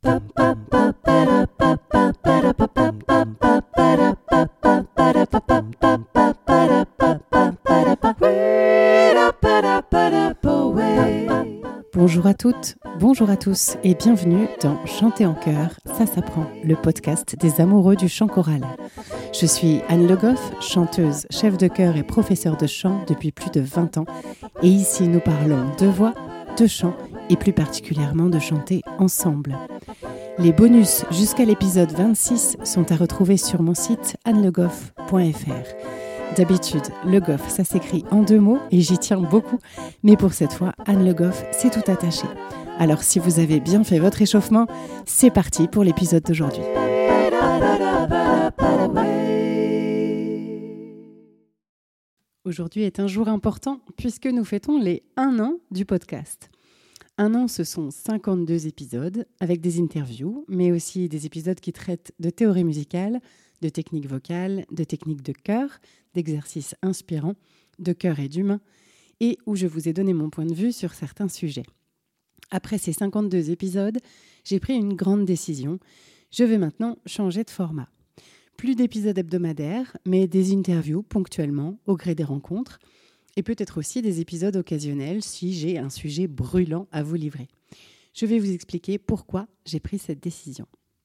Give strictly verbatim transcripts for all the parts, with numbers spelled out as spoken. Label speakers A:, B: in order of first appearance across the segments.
A: Bonjour à toutes, bonjour à tous et bienvenue dans Chanter en chœur, ça s'apprend, le podcast des amoureux du chant choral. Je suis Anne Le Goff, chanteuse, chef de chœur et professeure de chant depuis plus de vingt ans et ici nous parlons de voix, de chant et plus particulièrement de chanter ensemble. Les bonus jusqu'à l'épisode vingt-six sont à retrouver sur mon site anne le goff point f r. D'habitude, Le Goff, ça s'écrit en deux mots et j'y tiens beaucoup, mais pour cette fois, Anne Le Goff, c'est tout attaché. Alors si vous avez bien fait votre échauffement, c'est parti pour l'épisode d'aujourd'hui. Aujourd'hui est un jour important puisque nous fêtons les un an du podcast. Un an, ce sont cinquante-deux épisodes avec des interviews, mais aussi des épisodes qui traitent de théorie musicale, de technique vocale, de technique de chœur, d'exercices inspirants, de chœur et d'humain, et où je vous ai donné mon point de vue sur certains sujets. Après ces cinquante-deux épisodes, j'ai pris une grande décision. Je vais maintenant changer de format. Plus d'épisodes hebdomadaires, mais des interviews ponctuellement, au gré des rencontres, et peut-être aussi des épisodes occasionnels si j'ai un sujet brûlant à vous livrer. Je vais vous expliquer pourquoi j'ai pris cette décision.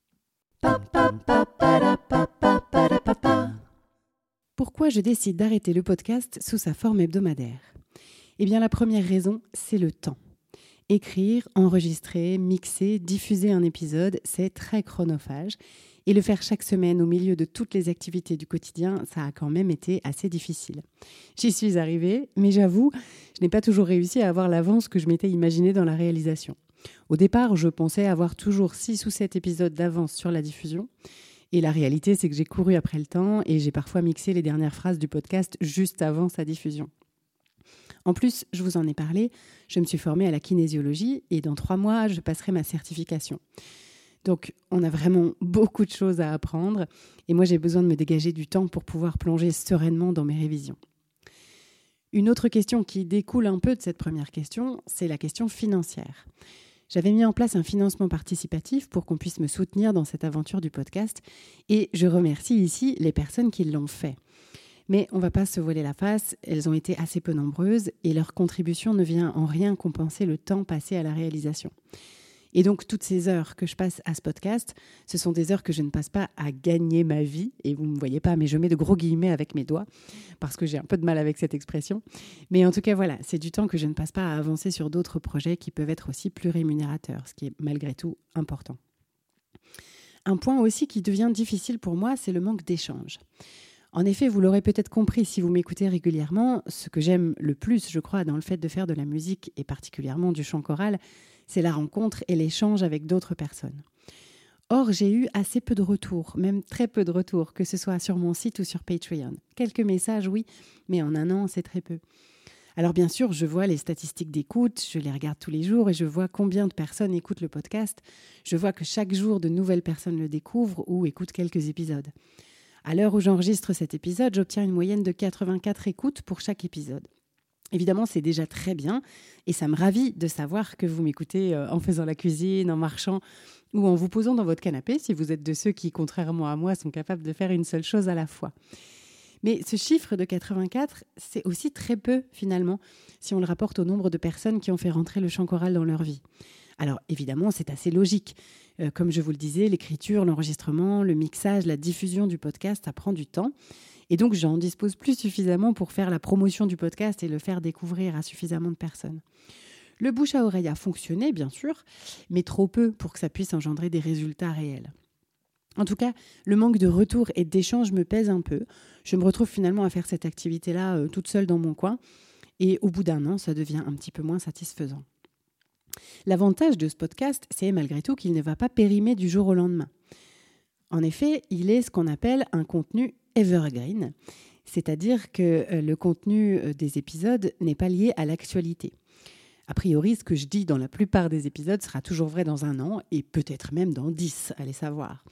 A: Pourquoi je décide d'arrêter le podcast sous sa forme hebdomadaire ? Eh bien, la première raison, c'est le temps. Écrire, enregistrer, mixer, diffuser un épisode, c'est très chronophage. Et le faire chaque semaine au milieu de toutes les activités du quotidien, ça a quand même été assez difficile. J'y suis arrivée, mais j'avoue, je n'ai pas toujours réussi à avoir l'avance que je m'étais imaginée dans la réalisation. Au départ, je pensais avoir toujours six ou sept épisodes d'avance sur la diffusion. Et la réalité, c'est que j'ai couru après le temps et j'ai parfois mixé les dernières phrases du podcast juste avant sa diffusion. En plus, je vous en ai parlé, je me suis formée à la kinésiologie et dans trois mois, je passerai ma certification. Donc, on a vraiment beaucoup de choses à apprendre et moi, j'ai besoin de me dégager du temps pour pouvoir plonger sereinement dans mes révisions. Une autre question qui découle un peu de cette première question, c'est la question financière. J'avais mis en place un financement participatif pour qu'on puisse me soutenir dans cette aventure du podcast et je remercie ici les personnes qui l'ont fait. Mais on ne va pas se voiler la face, elles ont été assez peu nombreuses et leur contribution ne vient en rien compenser le temps passé à la réalisation. Et donc, toutes ces heures que je passe à ce podcast, ce sont des heures que je ne passe pas à gagner ma vie. Et vous ne me voyez pas, mais je mets de gros guillemets avec mes doigts, parce que j'ai un peu de mal avec cette expression. Mais en tout cas, voilà, c'est du temps que je ne passe pas à avancer sur d'autres projets qui peuvent être aussi plus rémunérateurs, ce qui est malgré tout important. Un point aussi qui devient difficile pour moi, c'est le manque d'échange. En effet, vous l'aurez peut-être compris si vous m'écoutez régulièrement, ce que j'aime le plus, je crois, dans le fait de faire de la musique, et particulièrement du chant choral, c'est la rencontre et l'échange avec d'autres personnes. Or, j'ai eu assez peu de retours, même très peu de retours, que ce soit sur mon site ou sur Patreon. Quelques messages, oui, mais en un an, c'est très peu. Alors bien sûr, je vois les statistiques d'écoute, je les regarde tous les jours et je vois combien de personnes écoutent le podcast. Je vois que chaque jour, de nouvelles personnes le découvrent ou écoutent quelques épisodes. À l'heure où j'enregistre cet épisode, j'obtiens une moyenne de quatre-vingt-quatre écoutes pour chaque épisode. Évidemment, c'est déjà très bien et ça me ravit de savoir que vous m'écoutez en faisant la cuisine, en marchant ou en vous posant dans votre canapé si vous êtes de ceux qui, contrairement à moi, sont capables de faire une seule chose à la fois. Mais ce chiffre de quatre-vingt-quatre, c'est aussi très peu finalement si on le rapporte au nombre de personnes qui ont fait rentrer le chant choral dans leur vie. Alors évidemment, c'est assez logique. Euh, comme je vous le disais, l'écriture, l'enregistrement, le mixage, la diffusion du podcast, ça prend du temps. Et donc, j'en dispose plus suffisamment pour faire la promotion du podcast et le faire découvrir à suffisamment de personnes. Le bouche à oreille a fonctionné, bien sûr, mais trop peu pour que ça puisse engendrer des résultats réels. En tout cas, le manque de retour et d'échange me pèse un peu. Je me retrouve finalement à faire cette activité-là euh, toute seule dans mon coin. Et au bout d'un an, ça devient un petit peu moins satisfaisant. L'avantage de ce podcast, c'est malgré tout qu'il ne va pas périmer du jour au lendemain. En effet, il est ce qu'on appelle un contenu evergreen, c'est-à-dire que le contenu des épisodes n'est pas lié à l'actualité. A priori, ce que je dis dans la plupart des épisodes sera toujours vrai dans un an et peut-être même dans dix, allez savoir.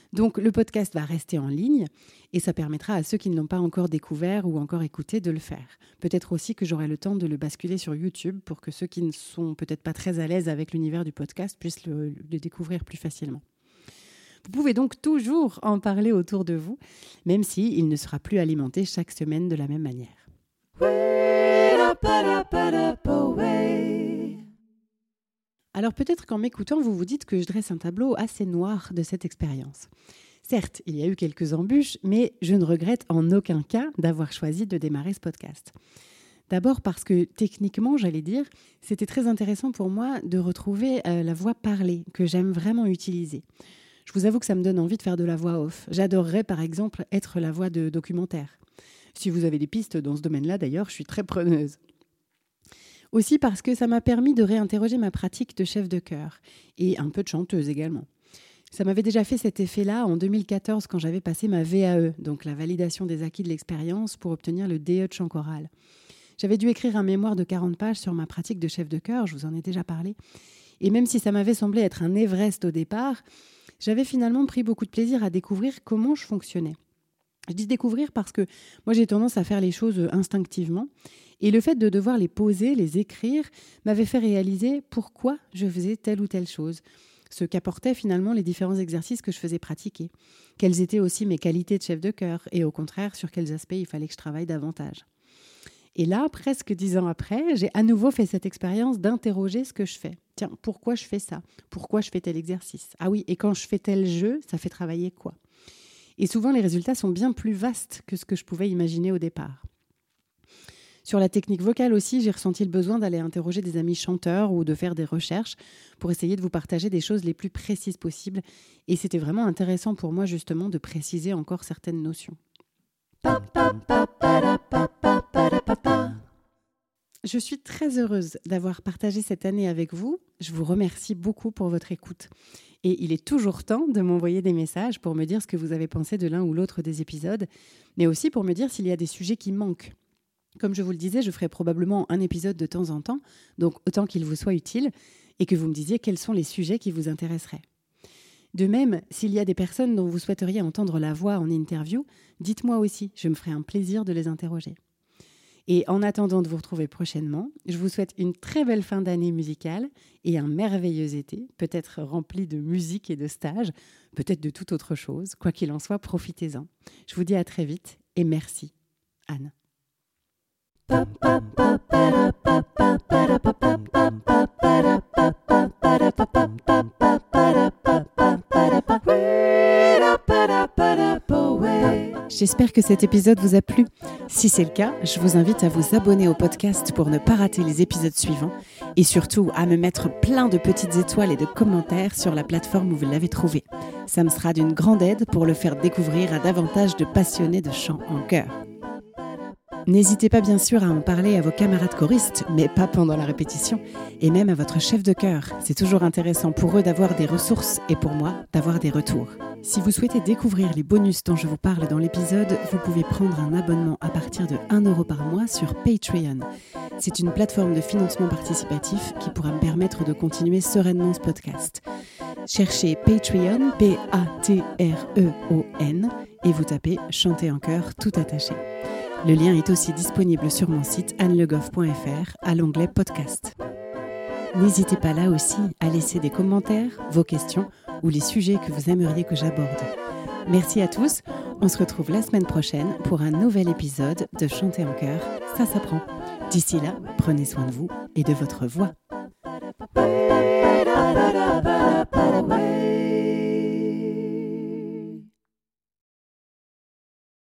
A: Donc le podcast va rester en ligne et ça permettra à ceux qui ne l'ont pas encore découvert ou encore écouté de le faire. Peut-être aussi que j'aurai le temps de le basculer sur YouTube pour que ceux qui ne sont peut-être pas très à l'aise avec l'univers du podcast puissent le, le découvrir plus facilement. Vous pouvez donc toujours en parler autour de vous, même s'il ne sera plus alimenté chaque semaine de la même manière. Alors peut-être qu'en m'écoutant, vous vous dites que je dresse un tableau assez noir de cette expérience. Certes, il y a eu quelques embûches, mais je ne regrette en aucun cas d'avoir choisi de démarrer ce podcast. D'abord parce que techniquement, j'allais dire, c'était très intéressant pour moi de retrouver euh, la voix parlée, que j'aime vraiment utiliser. Je vous avoue que ça me donne envie de faire de la voix off. J'adorerais par exemple être la voix de documentaire. Si vous avez des pistes dans ce domaine-là, d'ailleurs, je suis très preneuse. Aussi parce que ça m'a permis de réinterroger ma pratique de chef de chœur et un peu de chanteuse également. Ça m'avait déjà fait cet effet-là en deux mille quatorze quand j'avais passé ma V A E, donc la validation des acquis de l'expérience pour obtenir le D E de chant choral. J'avais dû écrire un mémoire de quarante pages sur ma pratique de chef de chœur, je vous en ai déjà parlé. Et même si ça m'avait semblé être un Everest au départ, j'avais finalement pris beaucoup de plaisir à découvrir comment je fonctionnais. Je dis découvrir parce que moi j'ai tendance à faire les choses instinctivement et le fait de devoir les poser, les écrire, m'avait fait réaliser pourquoi je faisais telle ou telle chose, ce qu'apportaient finalement les différents exercices que je faisais pratiquer, quelles étaient aussi mes qualités de chef de chœur et au contraire sur quels aspects il fallait que je travaille davantage. Et là, presque dix ans après, j'ai à nouveau fait cette expérience d'interroger ce que je fais. Tiens, pourquoi je fais ça ? Pourquoi je fais tel exercice ? Ah oui, et quand je fais tel jeu, ça fait travailler quoi ? Et souvent, les résultats sont bien plus vastes que ce que je pouvais imaginer au départ. Sur la technique vocale aussi, j'ai ressenti le besoin d'aller interroger des amis chanteurs ou de faire des recherches pour essayer de vous partager des choses les plus précises possibles. Et c'était vraiment intéressant pour moi justement de préciser encore certaines notions. Je suis très heureuse d'avoir partagé cette année avec vous. Je vous remercie beaucoup pour votre écoute. Et il est toujours temps de m'envoyer des messages pour me dire ce que vous avez pensé de l'un ou l'autre des épisodes, mais aussi pour me dire s'il y a des sujets qui manquent. Comme je vous le disais, je ferai probablement un épisode de temps en temps, donc autant qu'il vous soit utile, et que vous me disiez quels sont les sujets qui vous intéresseraient. De même, s'il y a des personnes dont vous souhaiteriez entendre la voix en interview, dites-moi aussi, je me ferai un plaisir de les interroger. Et en attendant de vous retrouver prochainement, je vous souhaite une très belle fin d'année musicale et un merveilleux été, peut-être rempli de musique et de stages, peut-être de toute autre chose. Quoi qu'il en soit, profitez-en. Je vous dis à très vite et merci. Anne. J'espère que cet épisode vous a plu. Si c'est le cas, je vous invite à vous abonner au podcast pour ne pas rater les épisodes suivants et surtout à me mettre plein de petites étoiles et de commentaires sur la plateforme où vous l'avez trouvé. Ça me sera d'une grande aide pour le faire découvrir à davantage de passionnés de chant en chœur. N'hésitez pas bien sûr à en parler à vos camarades choristes, mais pas pendant la répétition, et même à votre chef de chœur. C'est toujours intéressant pour eux d'avoir des ressources et pour moi d'avoir des retours. Si vous souhaitez découvrir les bonus dont je vous parle dans l'épisode, vous pouvez prendre un abonnement à partir de un euro par mois sur Patreon. C'est une plateforme de financement participatif qui pourra me permettre de continuer sereinement ce podcast. Cherchez Patreon, P A T R E O N, et vous tapez « Chanter en chœur » tout attaché. Le lien est aussi disponible sur mon site annelegoff point f r à l'onglet podcast. N'hésitez pas là aussi à laisser des commentaires, vos questions ou les sujets que vous aimeriez que j'aborde. Merci à tous, on se retrouve la semaine prochaine pour un nouvel épisode de Chanter en chœur, ça s'apprend. D'ici là, prenez soin de vous et de votre voix.